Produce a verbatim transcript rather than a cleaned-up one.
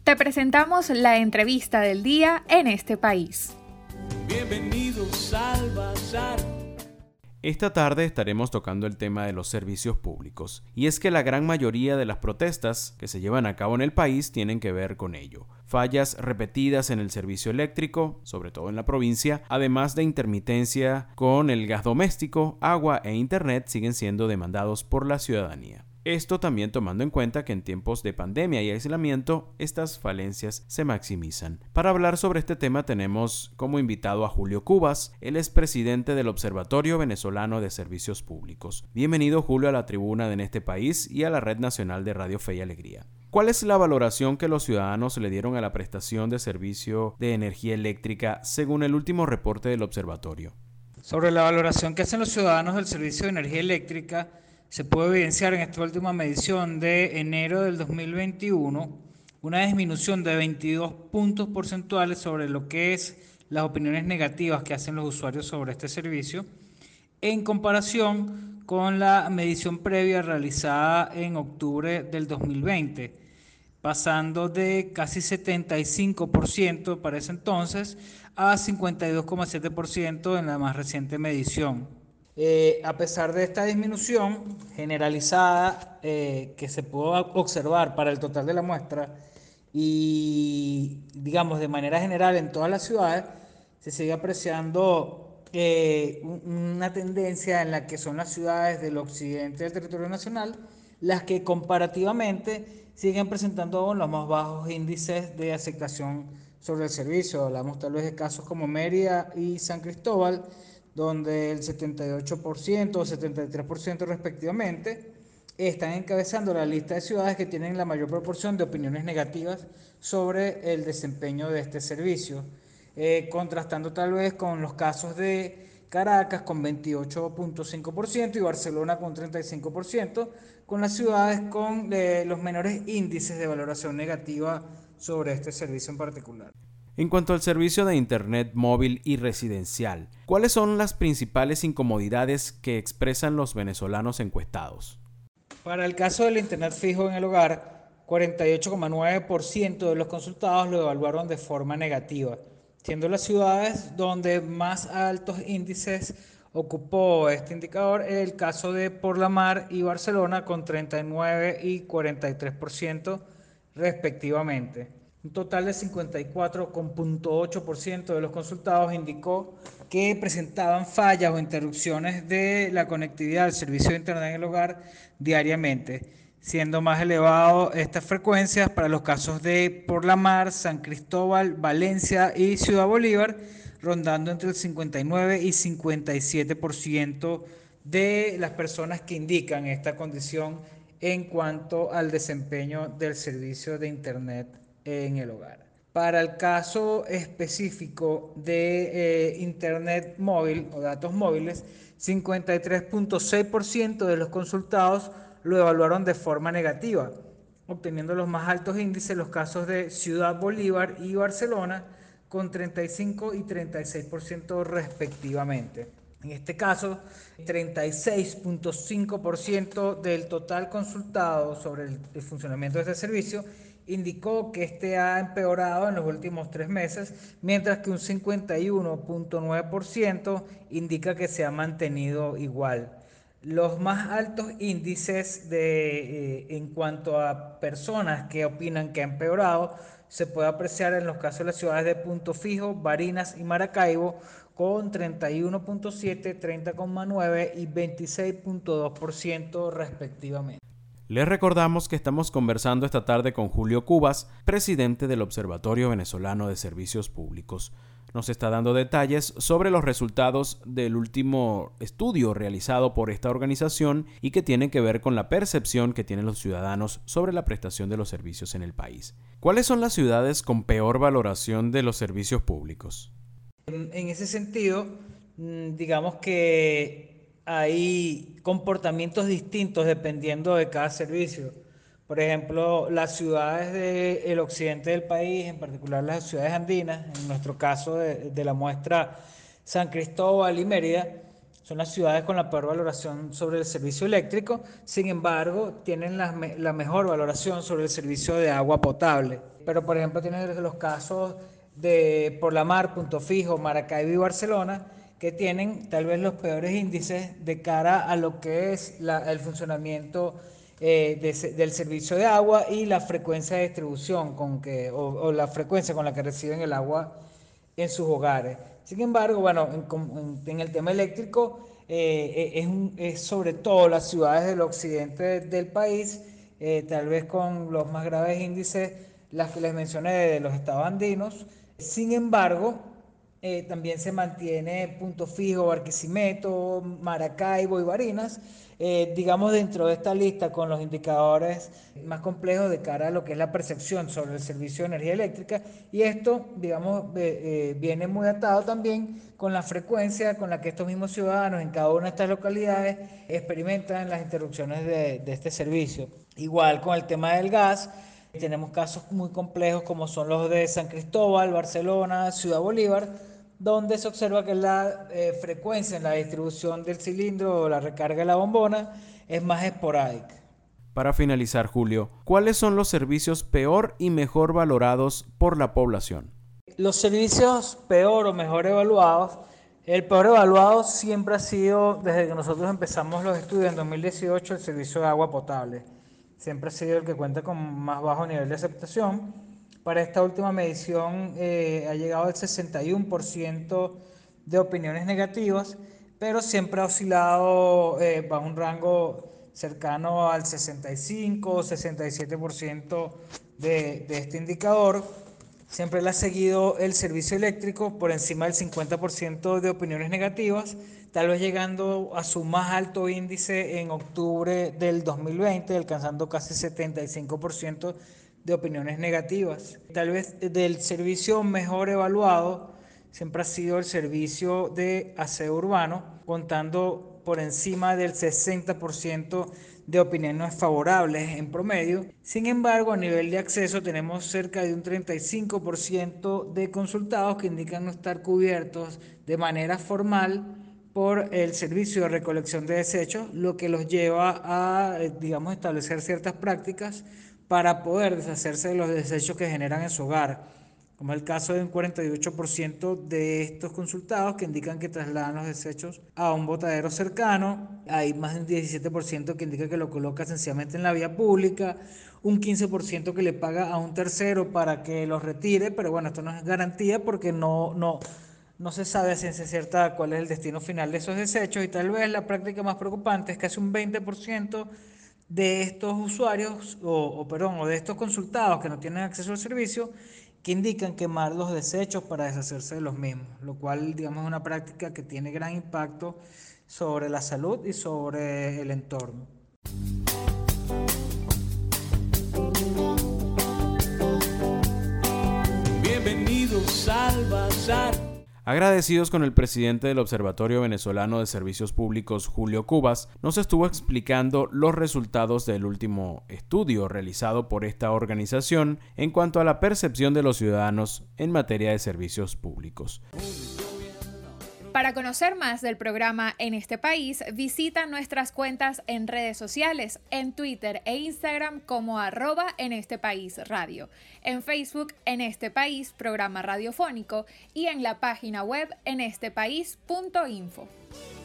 Te presentamos la entrevista del día en este país. Bienvenidos al Bazar. Esta tarde estaremos tocando el tema de los servicios públicos, y es que la gran mayoría de las protestas que se llevan a cabo en el país tienen que ver con ello. Fallas repetidas en el servicio eléctrico, sobre todo en la provincia, además de intermitencia con el gas doméstico, agua e internet siguen siendo demandados por la ciudadanía. Esto también tomando en cuenta que en tiempos de pandemia y aislamiento, estas falencias se maximizan. Para hablar sobre este tema tenemos como invitado a Julio Cubas, él es presidente del Observatorio Venezolano de Servicios Públicos. Bienvenido, Julio, a la tribuna de En este país y a la Red Nacional de Radio Fe y Alegría. ¿Cuál es la valoración que los ciudadanos le dieron a la prestación de servicio de energía eléctrica según el último reporte del observatorio? Sobre la valoración que hacen los ciudadanos del servicio de energía eléctrica, se puede evidenciar en esta última medición de enero del dos mil veintiuno una disminución de veintidós puntos porcentuales sobre lo que es las opiniones negativas que hacen los usuarios sobre este servicio, en comparación con la medición previa realizada en octubre del dos mil veinte, pasando de casi setenta y cinco por ciento para ese entonces a cincuenta y dos coma siete por ciento en la más reciente medición. Eh, a pesar de esta disminución generalizada eh, que se pudo observar para el total de la muestra y, digamos, de manera general en todas las ciudades, se sigue apreciando eh, una tendencia en la que son las ciudades del occidente del territorio nacional las que comparativamente siguen presentando los más bajos índices de aceptación sobre el servicio. Hablamos tal vez de casos como Mérida y San Cristóbal, donde el setenta y ocho por ciento o setenta y tres por ciento respectivamente están encabezando la lista de ciudades que tienen la mayor proporción de opiniones negativas sobre el desempeño de este servicio, eh, contrastando tal vez con los casos de Caracas con veintiocho punto cinco por ciento y Barcelona con treinta y cinco por ciento, con las ciudades con eh, los menores índices de valoración negativa sobre este servicio en particular. En cuanto al servicio de Internet móvil y residencial, ¿cuáles son las principales incomodidades que expresan los venezolanos encuestados? Para el caso del Internet fijo en el hogar, cuarenta y ocho coma nueve por ciento de los consultados lo evaluaron de forma negativa, siendo las ciudades donde más altos índices ocupó este indicador el caso de Por la Mar y Barcelona con treinta y nueve y cuarenta y tres por ciento respectivamente. Un total de cincuenta y cuatro coma ocho por ciento de los consultados indicó que presentaban fallas o interrupciones de la conectividad al servicio de Internet en el hogar diariamente, siendo más elevado estas frecuencias para los casos de Por la Mar, San Cristóbal, Valencia y Ciudad Bolívar, rondando entre el cincuenta y nueve y cincuenta y siete por ciento de las personas que indican esta condición en cuanto al desempeño del servicio de Internet en el hogar. Para el caso específico de eh, Internet móvil o datos móviles, cincuenta y tres punto seis por ciento de los consultados lo evaluaron de forma negativa, obteniendo los más altos índices los casos de Ciudad Bolívar y Barcelona, con treinta y cinco y treinta y seis por ciento respectivamente. En este caso, treinta y seis punto cinco por ciento del total consultado sobre el, el funcionamiento de este servicio indicó que este ha empeorado en los últimos tres meses, mientras que un cincuenta y uno punto nueve por ciento indica que se ha mantenido igual. Los más altos índices de, eh, en cuanto a personas que opinan que ha empeorado se puede apreciar en los casos de las ciudades de Punto Fijo, Barinas y Maracaibo, con treinta y uno punto siete, treinta coma nueve y veintiséis punto dos por ciento respectivamente. Les recordamos que estamos conversando esta tarde con Julio Cubas, presidente del Observatorio Venezolano de Servicios Públicos. Nos está dando detalles sobre los resultados del último estudio realizado por esta organización y que tiene que ver con la percepción que tienen los ciudadanos sobre la prestación de los servicios en el país. ¿Cuáles son las ciudades con peor valoración de los servicios públicos? En ese sentido, digamos que hay comportamientos distintos dependiendo de cada servicio. Por ejemplo, las ciudades del occidente del país, en particular las ciudades andinas, en nuestro caso de, de la muestra San Cristóbal y Mérida, son las ciudades con la peor valoración sobre el servicio eléctrico. Sin embargo, tienen la, la mejor valoración sobre el servicio de agua potable. Pero, por ejemplo, tienen los casos de Por la Mar, Punto Fijo, Maracaibo y Barcelona, que tienen tal vez los peores índices de cara a lo que es la, el funcionamiento eh, de, del servicio de agua y la frecuencia de distribución con que, o, o la frecuencia con la que reciben el agua en sus hogares. Sin embargo, bueno, en, en el tema eléctrico eh, es, un, es sobre todo las ciudades del occidente del país, eh, tal vez con los más graves índices, las que les mencioné de los estados andinos. Sin embargo, eh, también se mantiene Punto Fijo, Barquisimeto, Maracaibo y Barinas, eh, digamos dentro de esta lista con los indicadores más complejos de cara a lo que es la percepción sobre el servicio de energía eléctrica, y esto, digamos, eh, eh, viene muy atado también con la frecuencia con la que estos mismos ciudadanos en cada una de estas localidades experimentan las interrupciones de, de este servicio. Igual con el tema del gas, tenemos casos muy complejos como son los de San Cristóbal, Barcelona, Ciudad Bolívar, donde se observa que la eh, frecuencia en la distribución del cilindro o la recarga de la bombona es más esporádica. Para finalizar, Julio, ¿cuáles son los servicios peor y mejor valorados por la población? Los servicios peor o mejor evaluados, el peor evaluado siempre ha sido, desde que nosotros empezamos los estudios en dos mil dieciocho, el servicio de agua potable. Siempre ha sido el que cuenta con más bajo nivel de aceptación. Para esta última medición eh, ha llegado al sesenta y uno por ciento de opiniones negativas, pero siempre ha oscilado eh, bajo un rango cercano al sesenta y cinco o sesenta y siete por ciento de, de este indicador. Siempre le ha seguido el servicio eléctrico por encima del cincuenta por ciento de opiniones negativas, tal vez llegando a su más alto índice en octubre del dos mil veinte, alcanzando casi setenta y cinco por ciento de opiniones negativas. Tal vez del servicio mejor evaluado siempre ha sido el servicio de aseo urbano, contando por encima del sesenta por ciento de opiniones favorables en promedio. Sin embargo, a nivel de acceso tenemos cerca de un treinta y cinco por ciento de consultados que indican no estar cubiertos de manera formal por el servicio de recolección de desechos, lo que los lleva a, digamos, establecer ciertas prácticas para poder deshacerse de los desechos que generan en su hogar, como es el caso de un cuarenta y ocho por ciento de estos consultados que indican que trasladan los desechos a un botadero cercano. Hay más de un diecisiete por ciento que indica que lo coloca sencillamente en la vía pública, un quince por ciento que le paga a un tercero para que los retire, pero bueno, esto no es garantía porque no, no, no se sabe a ciencia cierta cuál es el destino final de esos desechos, y tal vez la práctica más preocupante es que casi un veinte por ciento de estos usuarios, o, o perdón, o de estos consultados que no tienen acceso al servicio, que indican quemar los desechos para deshacerse de los mismos, lo cual, digamos, es una práctica que tiene gran impacto sobre la salud y sobre el entorno. Bienvenidos al Bazar. Agradecidos con el presidente del Observatorio Venezolano de Servicios Públicos, Julio Cubas, nos estuvo explicando los resultados del último estudio realizado por esta organización en cuanto a la percepción de los ciudadanos en materia de servicios públicos. Para conocer más del programa En este País, visita nuestras cuentas en redes sociales, en Twitter e Instagram como arroba En este País Radio, en Facebook En este País Programa Radiofónico y en la página web en este país punto info.